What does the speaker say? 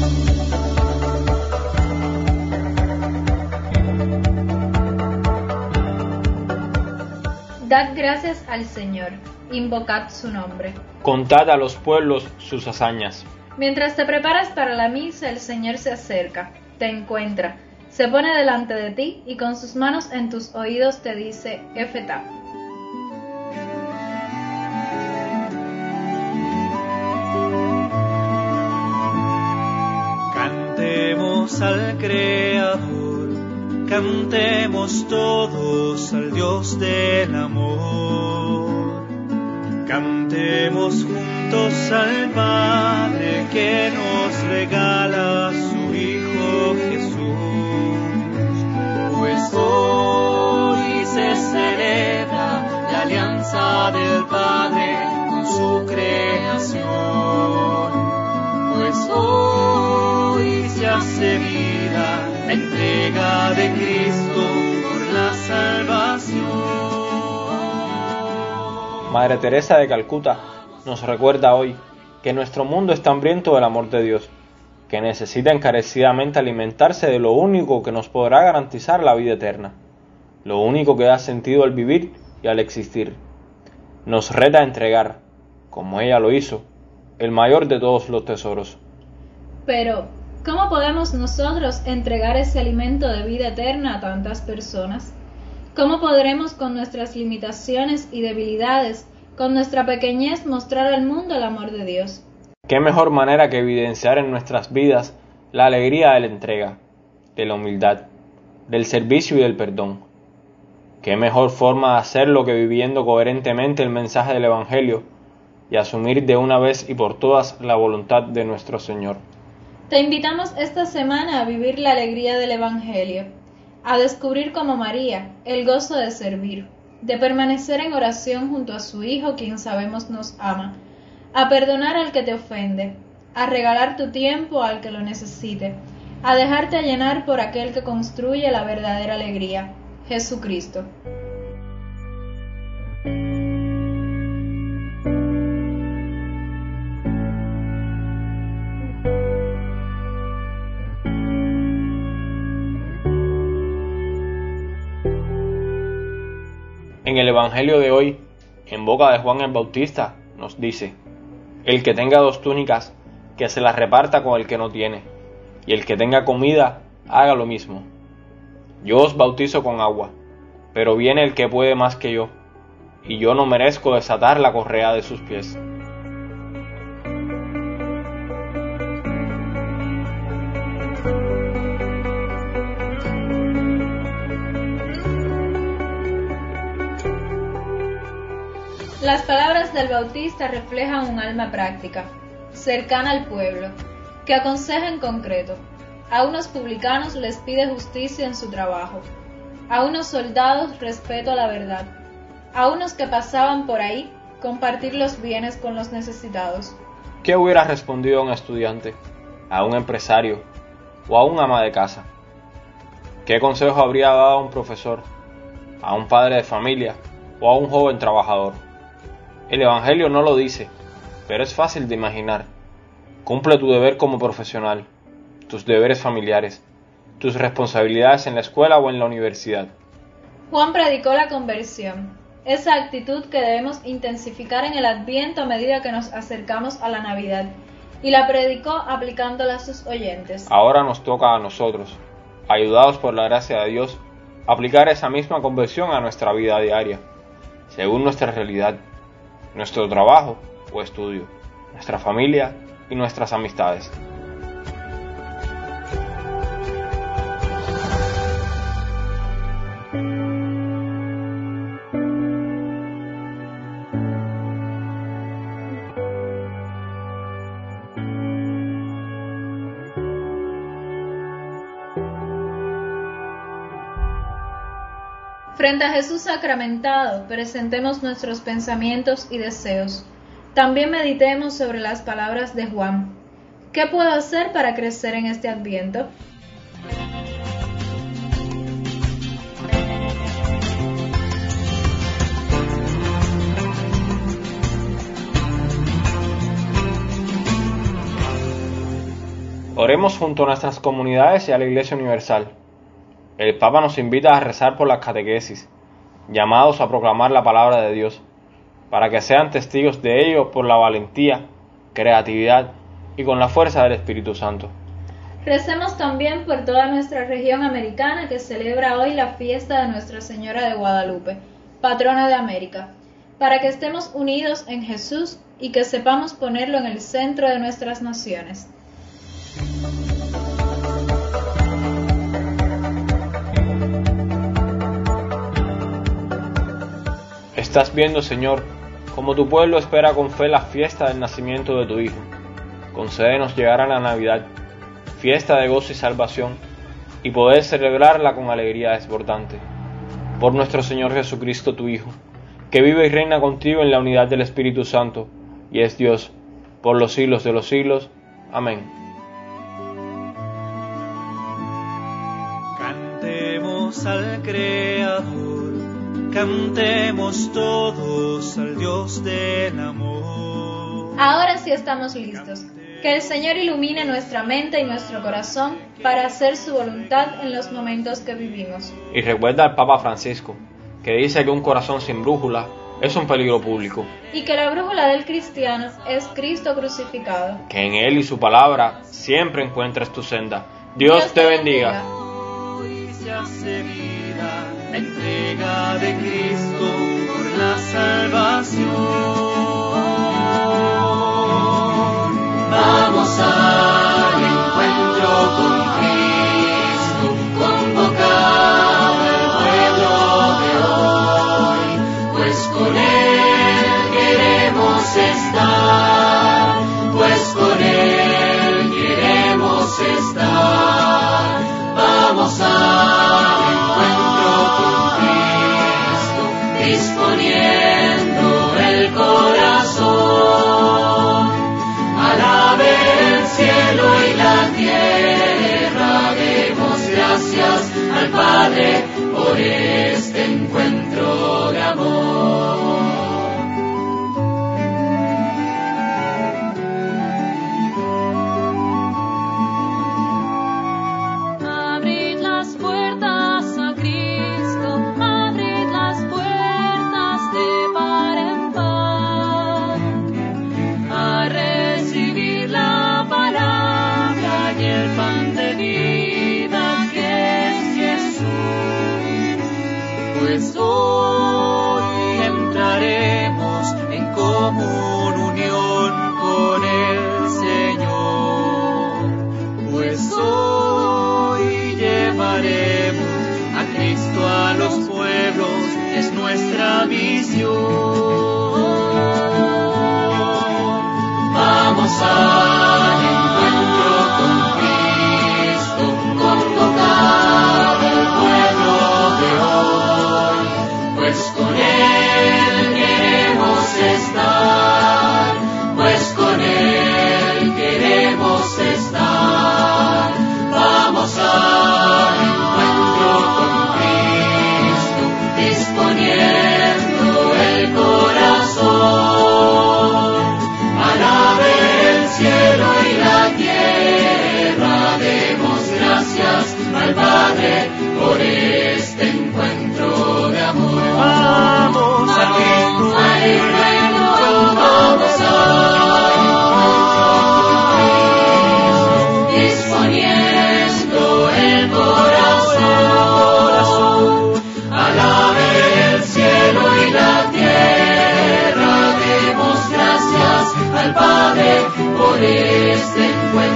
Dad gracias al Señor, invocad su nombre. Contad a los pueblos sus hazañas. Mientras te preparas para la misa, el Señor se acerca, te encuentra, se pone delante de ti y con sus manos en tus oídos te dice, Efetá. Cantemos al Creador, cantemos todos al Dios del amor. Cantemos juntos al Padre que nos regala su Hijo Jesús. Pues hoy se celebra la alianza del Padre con su creación. Pues hoy se hace vida la entrega de Cristo por la salvación. Madre Teresa de Calcuta nos recuerda hoy que nuestro mundo está hambriento del amor de Dios, que necesita encarecidamente alimentarse de lo único que nos podrá garantizar la vida eterna, lo único que da sentido al vivir y al existir. Nos reta a entregar, como ella lo hizo, el mayor de todos los tesoros. Pero, ¿cómo podemos nosotros entregar ese alimento de vida eterna a tantas personas? ¿Cómo podremos con nuestras limitaciones y debilidades, con nuestra pequeñez, mostrar al mundo el amor de Dios? ¿Qué mejor manera que evidenciar en nuestras vidas la alegría de la entrega, de la humildad, del servicio y del perdón? ¿Qué mejor forma de hacerlo que viviendo coherentemente el mensaje del Evangelio y asumir de una vez y por todas la voluntad de nuestro Señor? Te invitamos esta semana a vivir la alegría del Evangelio, a descubrir como María el gozo de servir, de permanecer en oración junto a su Hijo, quien sabemos nos ama, a perdonar al que te ofende, a regalar tu tiempo al que lo necesite, a dejarte llenar por aquel que construye la verdadera alegría, Jesucristo. En el Evangelio de hoy, en boca de Juan el Bautista, nos dice: el que tenga 2 túnicas, que se las reparta con el que no tiene, y el que tenga comida, haga lo mismo. Yo os bautizo con agua, pero viene el que puede más que yo, y yo no merezco desatar la correa de sus pies. Las palabras del Bautista reflejan un alma práctica, cercana al pueblo, que aconseja en concreto. A unos publicanos les pide justicia en su trabajo, a unos soldados respeto a la verdad, a unos que pasaban por ahí compartir los bienes con los necesitados. ¿Qué hubiera respondido a un estudiante, a un empresario o a un ama de casa? ¿Qué consejo habría dado a un profesor, a un padre de familia o a un joven trabajador? El Evangelio no lo dice, pero es fácil de imaginar. Cumple tu deber como profesional, tus deberes familiares, tus responsabilidades en la escuela o en la universidad. Juan predicó la conversión, esa actitud que debemos intensificar en el Adviento a medida que nos acercamos a la Navidad, y la predicó aplicándola a sus oyentes. Ahora nos toca a nosotros, ayudados por la gracia de Dios, aplicar esa misma conversión a nuestra vida diaria, según nuestra realidad, nuestro trabajo o estudio, nuestra familia y nuestras amistades. Frente a Jesús sacramentado, presentemos nuestros pensamientos y deseos. También meditemos sobre las palabras de Juan. ¿Qué puedo hacer para crecer en este Adviento? Oremos junto a nuestras comunidades y a la Iglesia Universal. El Papa nos invita a rezar por las catequesis, llamados a proclamar la palabra de Dios, para que sean testigos de ello por la valentía, creatividad y con la fuerza del Espíritu Santo. Recemos también por toda nuestra región americana que celebra hoy la fiesta de Nuestra Señora de Guadalupe, patrona de América, para que estemos unidos en Jesús y que sepamos ponerlo en el centro de nuestras naciones. Estás viendo, Señor, como tu pueblo espera con fe la fiesta del nacimiento de tu Hijo. Concédenos llegar a la Navidad, fiesta de gozo y salvación, y poder celebrarla con alegría desbordante. Por nuestro Señor Jesucristo, tu Hijo, que vive y reina contigo en la unidad del Espíritu Santo, y es Dios, por los siglos de los siglos. Amén. Cantemos al Creador, cantemos todos al Dios del amor. Ahora sí estamos listos. Que el Señor ilumine nuestra mente y nuestro corazón para hacer su voluntad en los momentos que vivimos. Y recuerda al Papa Francisco, que dice que un corazón sin brújula es un peligro público. Y que la brújula del cristiano es Cristo crucificado. Que en Él y su palabra siempre encuentres tu senda. Dios te bendiga. Hoy se hace vida la entrega de Cristo por la salvación. Vamos al encuentro con Cristo, convocado el pueblo de hoy, pues con Él queremos estar, pues con Él queremos estar. Vamos al encuentro con Cristo, disponiendo el corazón. Alabe el cielo y la tierra, demos gracias al Padre por este encuentro de amor. Abrid las puertas a Cristo, abrid las puertas de par en par, a recibir la palabra y el pan de vida que es Jesús. Pues hoy entraremos en común unión con el Señor. Pues hoy llevaremos a Cristo a los pueblos, es nuestra misión. Vamos al encuentro con Cristo, convocado el pueblo de hoy, pues con Él queremos estar, pues con Él queremos estar. Vamos al encuentro con Cristo, disponiendo el corazón. Alabe el cielo y la tierra, demos gracias al Padre por este encuentro de amor. Vamos al encuentro, vamos al disponiendo el corazón. Alabe el cielo y la tierra, demos gracias al Padre por este encuentro.